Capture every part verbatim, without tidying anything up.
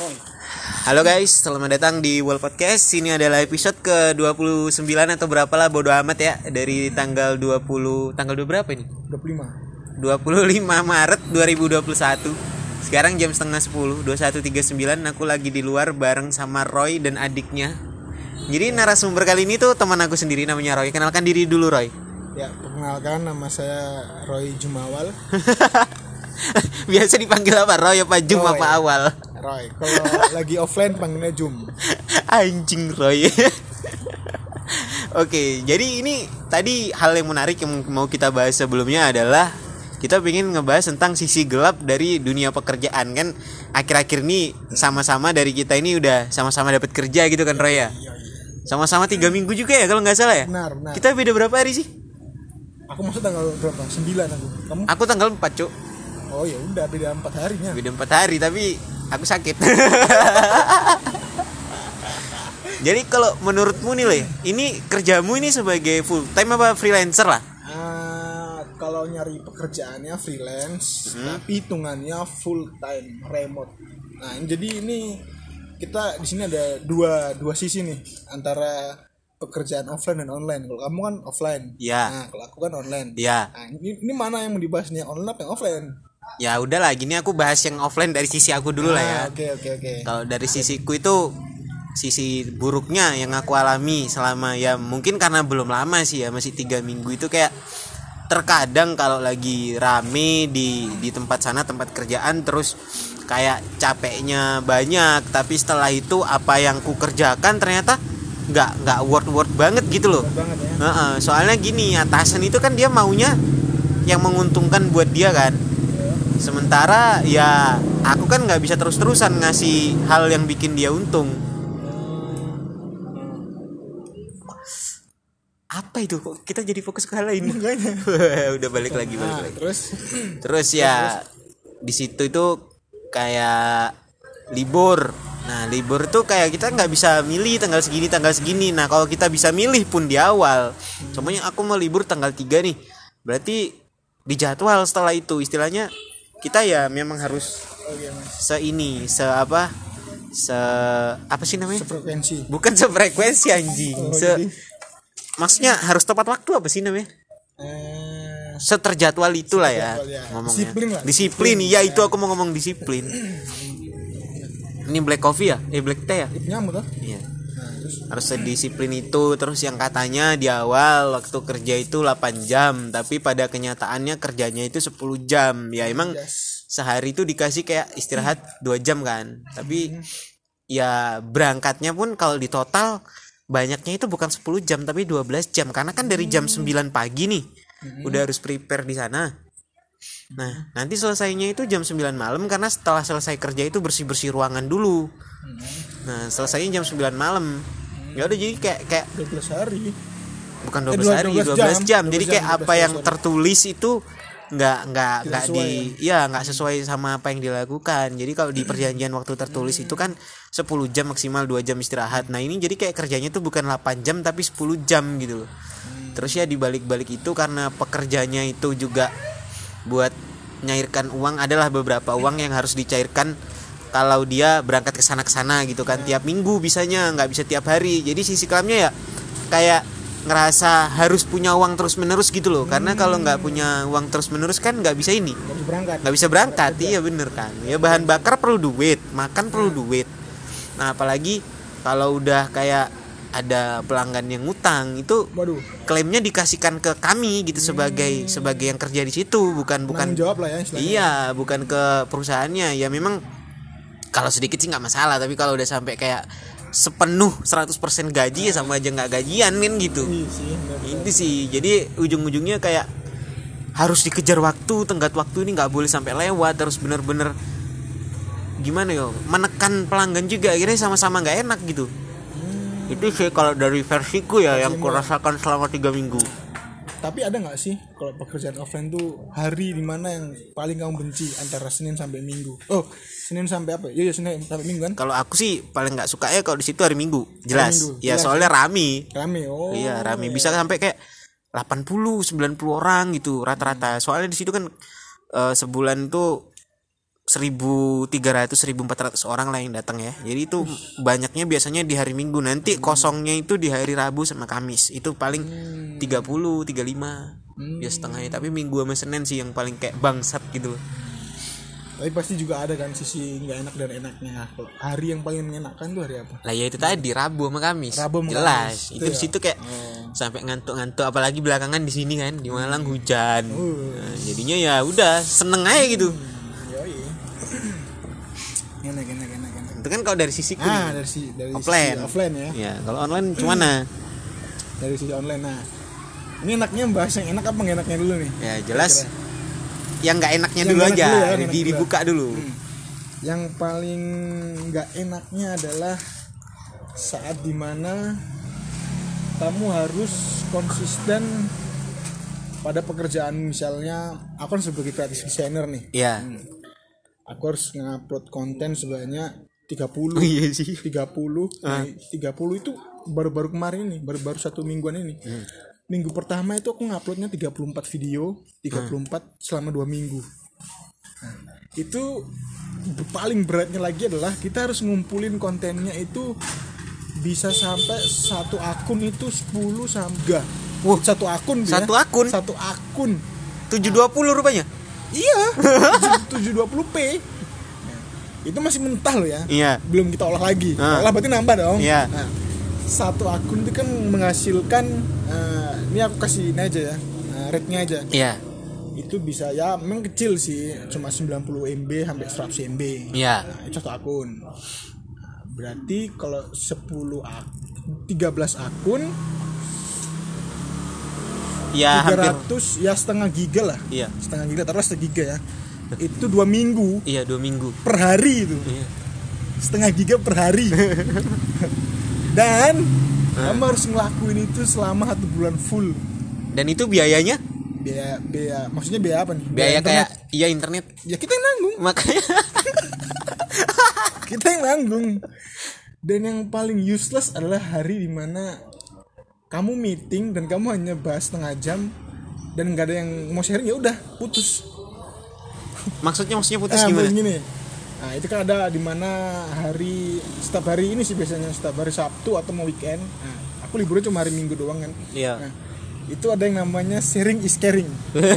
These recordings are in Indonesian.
Halo guys, selamat datang di World Podcast. Ini adalah episode ke dua puluh sembilan atau berapa lah, bodo amat ya. Dari tanggal dua puluh, tanggal dua berapa ini? dua puluh lima dua puluh lima Maret dua ribu dua puluh satu. Sekarang jam setengah sepuluh, dua puluh satu tiga puluh sembilan. Aku lagi di luar bareng sama Roy dan adiknya. Jadi narasumber kali ini tuh teman aku sendiri, namanya Roy. Kenalkan diri dulu, Roy. Ya, perkenalkan, nama saya Roy Jumawal. Biasa dipanggil apa? Roy apa Jum Roy. apa awal? Roy. Kalau lagi offline panggilnya Jum. Anjing Roy. Oke, jadi ini tadi hal yang menarik yang mau kita bahas sebelumnya adalah kita pengen ngebahas tentang sisi gelap dari dunia pekerjaan. Kan akhir-akhir ini sama-sama dari kita ini udah sama-sama dapat kerja gitu kan, Roy ya. Sama-sama tiga minggu juga ya kalau nggak salah ya. Benar, benar. Kita beda berapa hari sih? Aku masuk tanggal berapa? sembilan aku. Kamu? Aku tanggal empat, Cuk. Oh ya udah, beda empat harinya. Beda empat hari tapi aku sakit. Jadi kalau menurutmu nih, Le, ini kerjamu ini sebagai full time apa freelancer lah? Uh, kalau nyari pekerjaannya freelance, Hmm. tapi hitungannya full time remote. Nah, jadi ini kita di sini ada dua dua sisi nih antara pekerjaan offline dan online. Kalau kamu kan offline. Iya. Nah, kalau aku kan online. Iya. Nah, ini, ini mana yang mau dibahas nih, yang online apa yang offline? Ya udahlah, gini aku bahas yang offline dari sisi aku dulu lah ya. Ah, Oke oke oke. Kalau dari sisiku itu sisi buruknya yang aku alami selama ya mungkin karena belum lama sih ya, masih tiga minggu itu kayak terkadang kalau lagi rame di di tempat sana tempat kerjaan terus kayak capeknya banyak, tapi setelah itu apa yang ku kerjakan ternyata nggak nggak worth worth banget gitu loh. Banget ya. Heeh, soalnya gini, atasan itu kan dia maunya yang menguntungkan buat dia kan. Sementara ya aku kan nggak bisa terus-terusan ngasih hal yang bikin dia untung. Apa itu kok kita jadi fokus ke hal lain? Udah balik lagi balik Nah, lagi. terus Terus ya di situ itu kayak libur. Nah libur tuh kayak kita nggak bisa milih tanggal segini tanggal segini. Nah kalau kita bisa milih pun di awal, contohnya aku mau libur tanggal tiga nih, berarti dijadwal setelah itu istilahnya kita ya memang harus oh iya, Mas. se ini se apa se apa sih namanya? Frekuensi. Bukan sefrekuensi anjing. Oh, Se jadi, maksudnya harus tepat waktu apa sih namanya? eh, Seterjadwal itulah ya, Seterjadwal, ya. ngomongnya. Disiplin lah. Disiplin, iya itu aku mau ngomong disiplin. Ini black coffee ya? Eh black tea ya? nyamuk tuh. Iya. Nah, terus Harus sedisiplin itu. Terus yang katanya di awal waktu kerja itu delapan jam, tapi pada kenyataannya kerjanya itu sepuluh jam. Ya emang yes. sehari itu dikasih kayak istirahat dua jam kan. Tapi ya berangkatnya pun kalau di total banyaknya itu bukan sepuluh jam tapi dua belas jam, karena kan dari jam sembilan pagi nih udah harus prepare di sana. Nah, nanti selesainya itu jam sembilan malam karena setelah selesai kerja itu bersih-bersih ruangan dulu. Nah, selesainya jam sembilan malam. Ya udah jadi kayak kayak dua belas hari. bukan Eh, dua belas hari, dua belas jam. Jadi kayak dua belas apa jam, yang sorry. tertulis itu nggak nggak Tidak nggak sesuai di ya nggak sesuai sama apa yang dilakukan. Jadi kalau di perjanjian waktu tertulis itu kan sepuluh jam maksimal dua jam istirahat. Nah, ini jadi kayak kerjanya tuh bukan delapan jam tapi sepuluh jam gitu loh. Terus ya dibalik-balik itu karena pekerjanya itu juga buat nyairkan uang, adalah beberapa uang yang harus dicairkan kalau dia berangkat ke sana ke sana gitu kan, tiap minggu bisanya, nggak bisa tiap hari. Jadi sisi kelamnya ya kayak ngerasa harus punya uang terus menerus gitu loh, karena kalau nggak punya uang terus menerus kan nggak bisa ini, Harus berangkat. nggak bisa berangkat. Iya bener kan, ya bahan bakar perlu duit, makan perlu duit. Nah apalagi kalau udah kayak ada pelanggan yang ngutang, itu Waduh, klaimnya dikasihkan ke kami gitu sebagai sebagai yang kerja di situ, bukan bukan tanggung jawab lah ya istilahnya. iya bukan ke perusahaannya. Ya memang kalau sedikit sih nggak masalah, tapi kalau udah sampai kayak sepenuh seratus persen gaji ya sama aja nggak gajian kan gitu. Iya sih, benar-benar. Itu sih jadi ujung-ujungnya kayak harus dikejar waktu, tenggat waktu ini nggak boleh sampai lewat, terus bener-bener gimana yo menekan pelanggan juga, akhirnya sama-sama nggak enak gitu. Itu sih kalau dari versiku ya yang Versimu. kurasakan selama tiga minggu. Tapi ada nggak sih kalau pekerjaan offline tuh hari di mana yang paling kamu benci antara Senin sampai Minggu? Oh, Senin sampai apa? Iya, Senin sampai Minggu kan? Kalau aku sih paling nggak suka ya kalau di situ hari Minggu, jelas. Minggu, Ya jelas. soalnya rame. Rame. Oh. Iya rame, bisa sampai kayak delapan puluh sembilan puluh orang gitu rata-rata. Soalnya di situ kan eh, sebulan tuh seribu tiga ratus seribu empat ratus orang lah yang datang ya. Jadi itu banyaknya biasanya di hari Minggu. Nanti kosongnya itu di hari Rabu sama Kamis. Itu paling tiga puluh tiga puluh lima ya setengahnya. Tapi Minggu sama Senin sih yang paling kayak bangsat gitu. Tapi pasti juga ada kan sisi nggak enak dan enaknya. Hari yang paling menyenangkan tuh hari apa? Lah ya itu tadi Rabu sama Kamis. Rabu sama jelas. Kamis. Itu Itu di ya? situ kayak Oh. sampai ngantuk-ngantuk, apalagi belakangan di sini kan di Malang hujan. Uh. Nah, jadinya ya udah seneng aja gitu. Yoi. Enak enak enak enak. Itu kan kalau dari sisiku Ah, nih. dari si dari Offline. sisi offline ya. Ya, kalau online gimana? Dari sisi online. Nah, ini enaknya bahas yang enak apa nggak enaknya dulu nih? Ya jelas yang nggak enaknya Yang dulu nggak enak aja, dulu ya, yang di, enak dulu. dibuka dulu. Hmm. Yang paling nggak enaknya adalah saat dimana kamu harus konsisten pada pekerjaan. Misalnya aku kan sebagai creative designer nih, Iya. aku harus ngupload konten sebanyak tiga puluh Oh iya sih. tiga puluh Ah. Nah, tiga puluh itu baru-baru kemarin ini, baru-baru satu mingguan ini. Hmm. Minggu pertama itu aku nguploadnya tiga puluh empat video, tiga puluh empat selama dua minggu. Nah, itu paling beratnya lagi adalah kita harus ngumpulin kontennya itu bisa sampai satu akun itu sepuluh sampai Wah, satu akun dia. satu akun? Satu akun. tujuh dua puluh rupanya. Iya, tujuh dua puluh p. Itu masih mentah loh ya. Iya. Belum kita olah lagi. Ah. Olah berarti nambah dong. Iya. Nah, satu akun itu kan menghasilkan eh, ini aku kasih ini aja ya. eh, rate-nya aja. Iya. Itu bisa ya memang kecil sih, cuma sembilan puluh M B sampai seratus M B. Iya. Nah, itu satu akun. Nah, berarti kalau sepuluh ak- tiga belas akun Ya hampir. tiga ratus ya setengah giga lah. Iya. Setengah giga taruh setengah giga ya. Itu dua minggu Iya, dua minggu. per hari itu. Iya. Setengah giga per hari. Dan kamu harus ngelakuin itu selama satu bulan full. Dan itu biayanya? Biaya biaya maksudnya biaya apa nih? Biaya kayak internet. iya internet. Ya kita yang nanggung. Makanya Kita yang nanggung. Dan yang paling useless adalah hari dimana kamu meeting dan kamu hanya bahas setengah jam dan nggak ada yang mau sharing, ya udah putus. maksudnya maksudnya putus Nah, gimana? begini. Nah, itu kan ada di mana hari setiap hari ini sih biasanya setiap hari Sabtu atau mau weekend. Nah, aku liburnya cuma hari Minggu doang kan. Iya. Nah, itu ada yang namanya sharing is caring.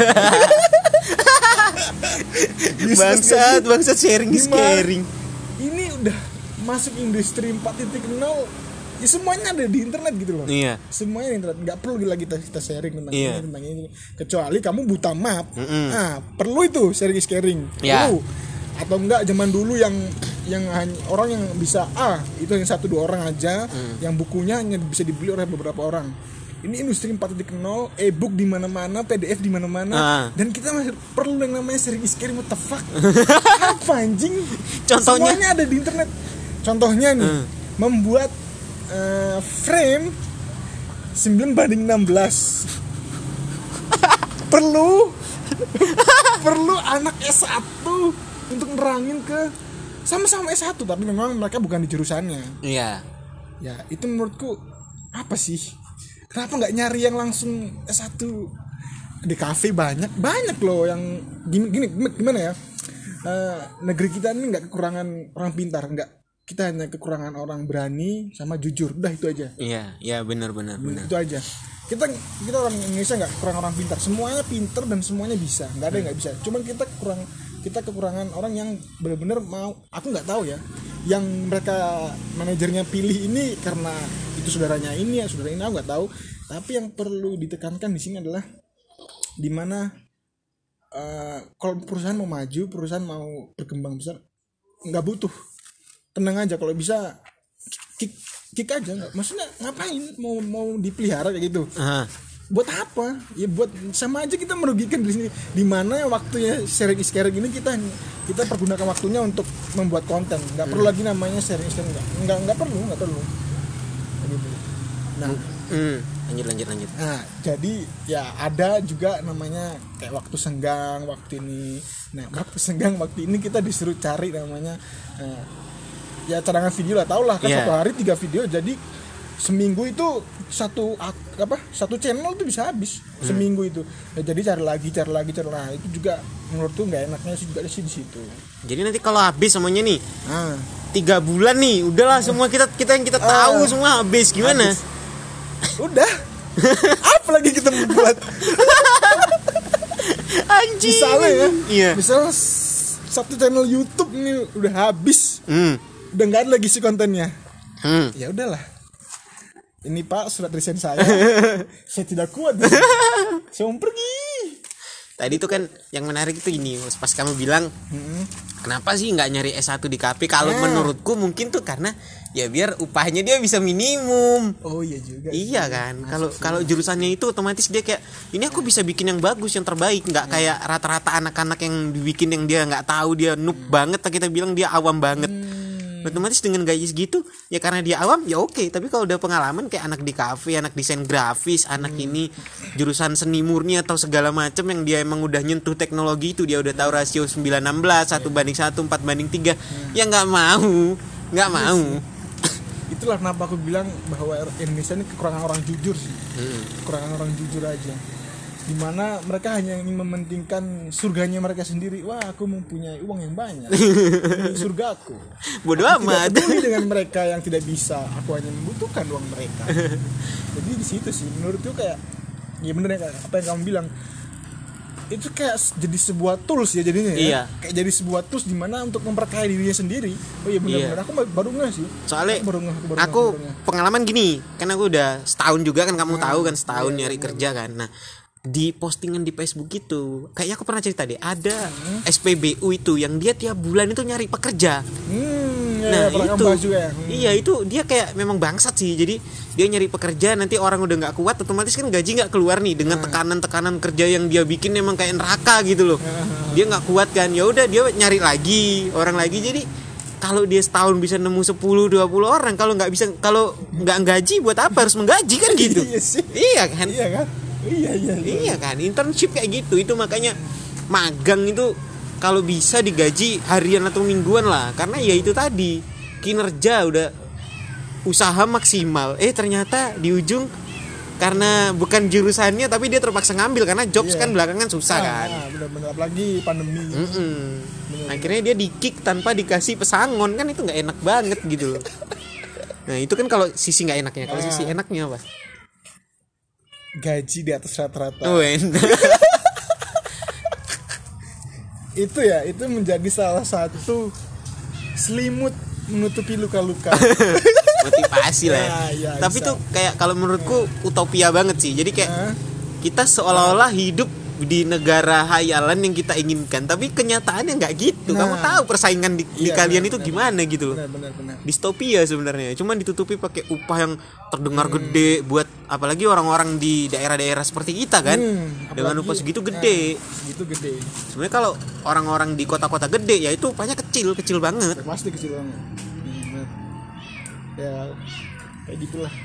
Bangsat, bangsat sharing is Gimana? caring. Ini udah masuk industri empat titik nol. Ya semuanya ada di internet gitu loh. Iya. Semuanya di internet, nggak perlu lagi kita, kita sharing tentang Iya. ini tentang ini. Kecuali kamu buta map. Mm-mm. Nah, perlu itu sharing is caring. Iya. Perlu. Atau enggak zaman dulu yang yang hanya orang yang bisa A itu hanya satu dua orang aja, yang bukunya hanya bisa dibeli oleh beberapa orang. Ini industri empat titik nol, e-book di mana-mana, P D F di mana-mana, Ah. dan kita masih perlu yang namanya sharing is caring. What the fuck? Apa anjing? Contohnya? Semuanya ada di internet. Contohnya nih, Hmm. membuat eh, frame sembilan banding enam belas. Perlu perlu anak S satu untuk nerangin ke sama-sama S satu tapi memang mereka bukan di jurusannya. Iya. Ya, itu menurutku apa sih? Kenapa nggak nyari yang langsung S satu? Di kafe banyak, banyak loh yang gini, gini gimana ya? Eh, negeri kita ini nggak kekurangan orang pintar, nggak. Kita hanya kekurangan orang berani sama jujur. Udah itu aja. Iya, iya benar benar benar. Itu aja. Kita kita orang Indonesia nggak kekurangan orang pintar. Semuanya pintar dan semuanya bisa. Nggak ada yang nggak bisa. Cuman kita kurang kita kekurangan orang yang benar-benar mau. Aku nggak tahu ya. Yang mereka manajernya pilih ini karena itu saudaranya ini ya saudara ini, aku nggak tahu. Tapi yang perlu ditekankan di sini adalah dimana uh, kalau perusahaan mau maju, perusahaan mau berkembang besar, nggak butuh. Tenang aja, kalau bisa kick kick aja, nggak maksudnya ngapain mau mau dipelihara kayak gitu. Aha. Buat apa? Ya buat sama aja kita merugikan di sini. Di mana waktunya sharing is caring ini kita kita pergunakan waktunya untuk membuat konten. Nggak perlu lagi namanya sharing is caring, nggak nggak nggak perlu nggak perlu. Kayak gitu. Nah, Hmm. Lanjut lanjut lanjut. Nah, jadi ya ada juga namanya kayak waktu senggang waktu ini. Nah, waktu senggang waktu ini kita disuruh cari namanya eh, ya cadangan video lah, tau lah kan. Yeah. Satu hari tiga video, jadi seminggu itu satu ak- apa satu channel tuh bisa habis hmm. seminggu itu ya, jadi cari lagi cari lagi cari lagi itu juga menurutku nggak enaknya sih juga sih di situ. Jadi nanti kalau habis semuanya nih nah. tiga bulan nih udahlah semua kita kita yang kita tahu uh, semua habis gimana habis. Udah apa lagi kita membuat anjing misalnya ya iya. Misalnya satu channel YouTube ini udah habis hmm. udah nggak ada lagi si kontennya hmm. Ya udahlah ini Pak surat resign saya saya tidak kuat saya mau pergi. Tadi tuh kan yang menarik itu ini pas kamu bilang hmm. kenapa sih nggak nyari S satu di K P kalau nah. menurutku mungkin tuh karena ya biar upahnya dia bisa minimum. Oh iya juga. Iya kan. Kalau kalau jurusannya itu otomatis dia kayak ini aku bisa bikin yang bagus yang terbaik nggak hmm. kayak rata-rata anak-anak yang dibikin yang dia nggak tahu dia noob hmm. banget kita bilang dia awam banget. Hmm. Otomatis dengan gaji segitu ya karena dia awam ya oke, tapi kalau udah pengalaman kayak anak di kafe, anak desain grafis, anak hmm. ini jurusan seni murni atau segala macam yang dia emang udah nyentuh teknologi itu, dia udah tahu rasio sembilan enam belas, satu banding satu, empat banding tiga, hmm. ya nggak mau, nggak mau. Itulah kenapa aku bilang bahwa Indonesia ini kekurangan orang jujur sih, hmm. kekurangan orang jujur aja. Dimana mereka hanya ingin mementingkan surganya mereka sendiri. Wah, aku mempunyai uang yang banyak, ini surgaku. Bodoh amat. Tidak peduli dengan mereka yang tidak bisa. Aku hanya membutuhkan uang mereka. Jadi di situ sih menurutku kayak ya bener ya apa yang kamu bilang. Itu kayak jadi sebuah tools ya jadinya ya. Iya. Kayak jadi sebuah tools dimana untuk memperkaya dirinya sendiri. Oh iya benar-benar. Iya. Aku baru nggak sih. Soalnya aku, baru ngeh, aku, baru aku ngeh, baru pengalaman gini, kan aku udah setahun juga kan kamu nah, tahu kan setahun iya, nyari iya, kerja iya. kan. Nah di postingan di Facebook itu kayaknya aku pernah cerita deh ada hmm. S P B U itu yang dia tiap bulan itu nyari pekerja. Hmm, ya, nah ya, itu juga ya. hmm. Iya itu dia kayak memang bangsat sih. Jadi dia nyari pekerja nanti orang udah nggak kuat otomatis kan gaji nggak keluar nih dengan hmm. tekanan-tekanan kerja yang dia bikin memang kayak neraka gitu loh. hmm. Dia nggak kuat kan ya udah dia nyari lagi orang lagi. Jadi kalau dia setahun bisa nemu sepuluh dua puluh orang, kalau nggak bisa kalau nggak gaji buat apa harus menggaji kan gitu. Iya sih. Iya kan? Iya kan? Iya, iya, iya. Iya kan, internship kayak gitu. Itu makanya magang itu kalau bisa digaji harian atau mingguan lah. Karena ya itu tadi, kinerja udah usaha maksimal. Eh ternyata di ujung karena bukan jurusannya tapi dia terpaksa ngambil karena jobs iya. kan belakangan susah nah, kan. Nah, benar-benar apalagi pandemi. Bener-bener. Akhirnya dia di-kick tanpa dikasih pesangon kan itu nggak enak banget gitu loh. Nah itu kan kalau sisi nggak enaknya. Kalau nah. sisi enaknya apa? Gaji di atas rata-rata. Oh, itu ya, itu menjadi salah satu selimut menutupi luka-luka. Motivasi lah. Ya, ya, Tapi bisa. Tuh kayak kalau menurutku ya. Utopia banget sih. Jadi kayak ya. Kita seolah-olah hidup di negara hayalan yang kita inginkan, tapi kenyataannya nggak gitu. Nah, kamu tahu persaingan di, iya, di kalian benar, itu benar, gimana benar, gitu loh. Benar, benar, benar. Distopia sebenarnya. Cuman ditutupi pakai upah yang terdengar hmm. gede buat apalagi orang-orang di daerah-daerah seperti kita kan. Hmm, dengan upah segitu gede. Nah, segitu gede. Sebenarnya kalau orang-orang di kota-kota gede ya itu upahnya kecil, kecil banget. Pasti kecil banget. Hmm, ya kayak gitulah.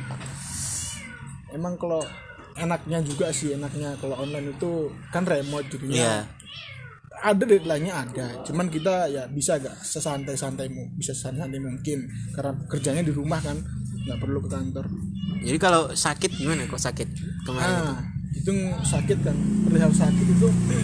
Emang kalau enaknya juga sih enaknya kalau online itu kan remote jadinya yeah. ada deadline-nya ada, cuman kita ya bisa gak sesantai-santai bisa sesantai mungkin karena kerjanya di rumah kan nggak perlu ke kantor. Jadi kalau sakit gimana kok sakit kemarin nah, itu? itu sakit kan perihal sakit itu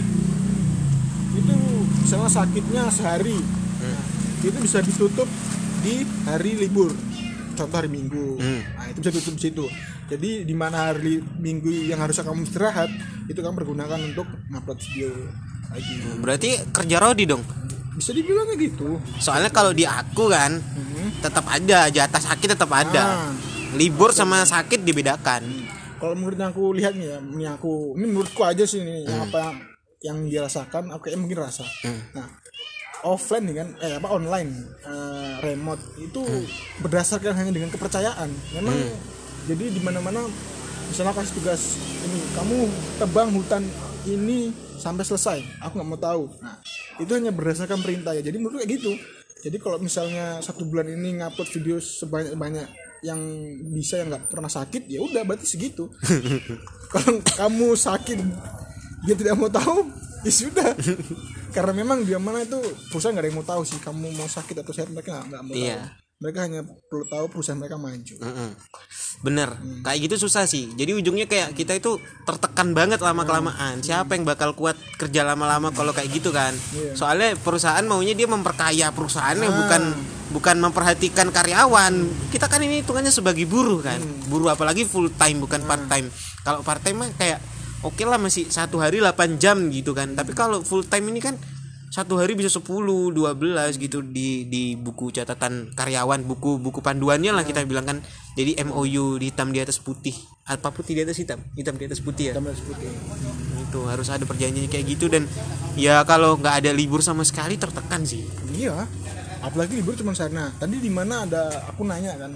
itu misalnya sakitnya sehari hmm. nah, itu bisa ditutup di hari libur. Contoh hari Minggu, hmm. nah itu bisa tutup situ. Jadi di mana hari Minggu yang harusnya kamu istirahat, itu kamu pergunakan untuk ngupload video lagi. Berarti kerja rodi dong? Bisa dibilangnya gitu. Soalnya kalau di aku kan, hmm. tetap ada jatah sakit tetap ada. Nah, libur sama sakit dibedakan. Hmm. Kalau menurut yang aku lihat nih ya, ini aku, ini menurutku aja sih ini hmm. apa yang yang dirasakan, aku kayak mungkin rasa. Hmm. Nah. Offline nih kan eh apa online uh, remote itu hmm. berdasarkan hanya dengan kepercayaan memang hmm. jadi di mana-mana misalnya kasih tugas ini kamu tebang hutan ini sampai selesai aku nggak mau tahu. Nah itu hanya berdasarkan perintah ya, jadi menurut kayak gitu. Jadi kalau misalnya satu bulan ini ngupload video sebanyak-banyak yang bisa yang nggak pernah sakit ya udah berarti segitu. Kalau kamu sakit dia tidak mau tahu ya sudah. Karena memang dia mana itu perusahaan nggak ada yang mau tahu sih kamu mau sakit atau sehat, mereka nggak mau tahu. Iya. Mereka hanya perlu tahu perusahaan mereka maju. Mm-mm. Bener, hmm. kayak gitu susah sih. Jadi ujungnya kayak kita itu tertekan banget lama kelamaan. Siapa yang bakal kuat kerja lama-lama kalau kayak gitu kan? Yeah. Soalnya perusahaan maunya dia memperkaya perusahaannya, ah. bukan bukan memperhatikan karyawan. Kita kan ini hitungannya sebagai buruh kan, hmm. buruh apalagi full time bukan ah. part time. Kalau part time mah kayak oke okay lah masih satu hari delapan jam gitu kan. Tapi kalau full time ini kan satu hari bisa sepuluh, dua belas gitu di di buku catatan karyawan, buku buku panduannya lah kita bilang kan. Jadi M O U hitam di atas putih. Apa putih di atas hitam? Hitam di atas putih ya. Hitam di atas putih. Itu harus ada perjanjian kayak gitu, dan ya kalau nggak ada libur sama sekali tertekan sih. Iya. Apalagi libur cuma sana. Tadi di mana ada aku nanya kan,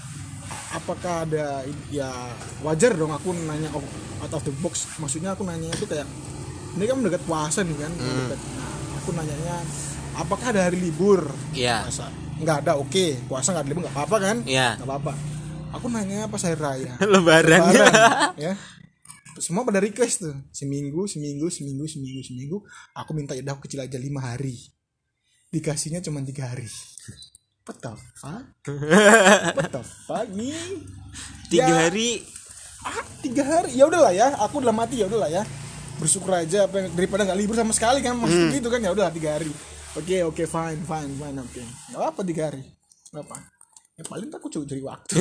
apakah ada, ya wajar dong aku nanya out of the box. Maksudnya aku nanya itu kayak ini kan mendekat puasa nih kan. Hmm. Aku nanyanya apakah ada hari libur? Iya. Puasa nggak ada, oke okay. Puasa nggak ada libur nggak apa-apa kan? Iya. Nggak apa-apa. Aku nanya pas hari raya. Lebaran. Lebaran ya. Semua pada request tuh seminggu, seminggu, seminggu, seminggu, seminggu. Aku minta ya udah aku kecil aja lima hari. Dikasihnya cuma tiga hari. What the fuck? What the fuck nih? Tiga ya, hari. Ah, tiga hari. Ya udahlah ya. Aku dalam hati ya udahlah ya. Bersyukur aja apa daripada nggak libur sama sekali kan, maksud hmm. gitu kan. Ya udahlah tiga hari. Oke okay, oke okay, fine fine fine oke. Okay. Nggak apa tiga hari. Nggak apa. Ya paling tak aku coba cari waktu.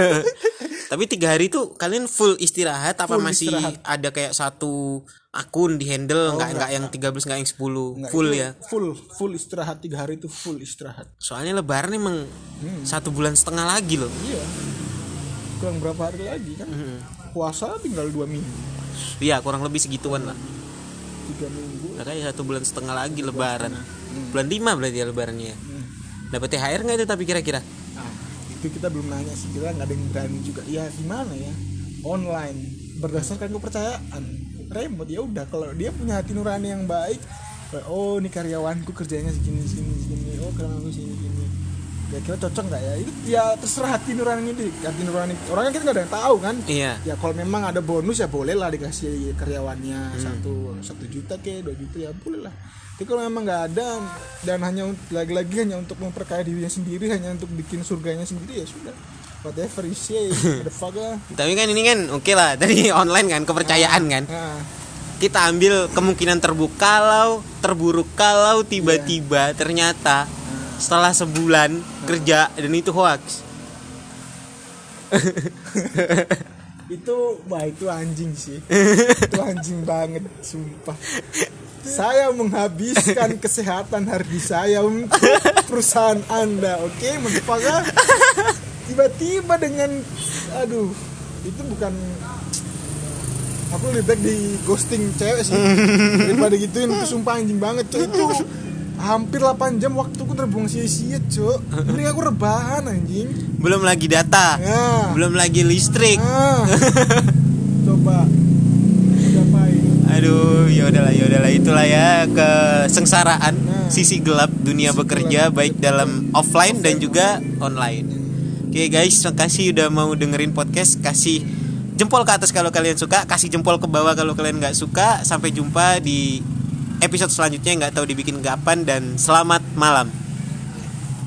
Tapi tiga hari itu kalian full istirahat apa full masih istirahat. Ada kayak satu akun di handle? Oh, nggak nggak yang tiga belas nggak yang sepuluh? Enggak, full ya? Full full istirahat tiga hari itu full istirahat. Soalnya lebaran emang hmm. satu bulan setengah lagi loh. Iya. Kurang berapa hari lagi kan? Hmm. Puasa tinggal dua minggu. Iya kurang lebih segituan lah. Tiga minggu. Nah, kayak satu bulan setengah lagi bulan lebaran. Hmm. Bulan lima berarti ya lebarannya. Hmm. Dapat T H R nggak itu tapi kira-kira? Nah, itu kita belum nanya sih, kita nggak ada yang berani juga. Ya gimana ya? Online berdasarkan kepercayaan. Remote ya udah, kalau dia punya hati nurani yang baik, oh ini karyawanku kerjanya segini segini segini, oh karyawanku segini segini, kira-kira cocok nggak ya? Itu ya terserah hati nurani ini, hati nurani orangnya kita nggak ada yang tahu kan. Iya. Ya kalau memang ada bonus ya boleh lah dikasih karyawannya hmm. satu satu juta ke dua juta ya boleh lah. Tapi kalau memang nggak ada dan hanya lagi-lagi hanya untuk memperkaya dirinya sendiri, hanya untuk bikin surganya sendiri, ya sudah. Whatever you say, motherfucker. Tapi kan ini kan oke okay lah, tadi online kan kepercayaan ah, kan. Ah. Kita ambil kemungkinan terburuk kalau terburuk kalau tiba-tiba yeah. ternyata ah. setelah sebulan ah. kerja dan itu hoax. Itu wah itu anjing sih. Itu anjing banget, sumpah. Saya menghabiskan kesehatan hardi saya untuk perusahaan Anda, oke, okay, motherfucker. Tiba-tiba dengan aduh itu bukan, aku lebih baik di ghosting cewek sih daripada gituin. Itu sumpah anjing banget cok. Itu hampir delapan jam waktuku terbuang sia-sia cok. Mending aku rebahan anjing. Belum lagi data ya. Belum lagi listrik ya. Coba ngapain. Aduh ya udahlah ya udahlah itulah ya kesengsaraan nah. Sisi gelap dunia sisi bekerja gelap. Baik dalam offline, offline dan juga online. Oke okay guys, makasih udah mau dengerin podcast. Kasih jempol ke atas kalau kalian suka, kasih jempol ke bawah kalau kalian nggak suka. Sampai jumpa di episode selanjutnya, nggak tahu dibikin kapan, dan selamat malam.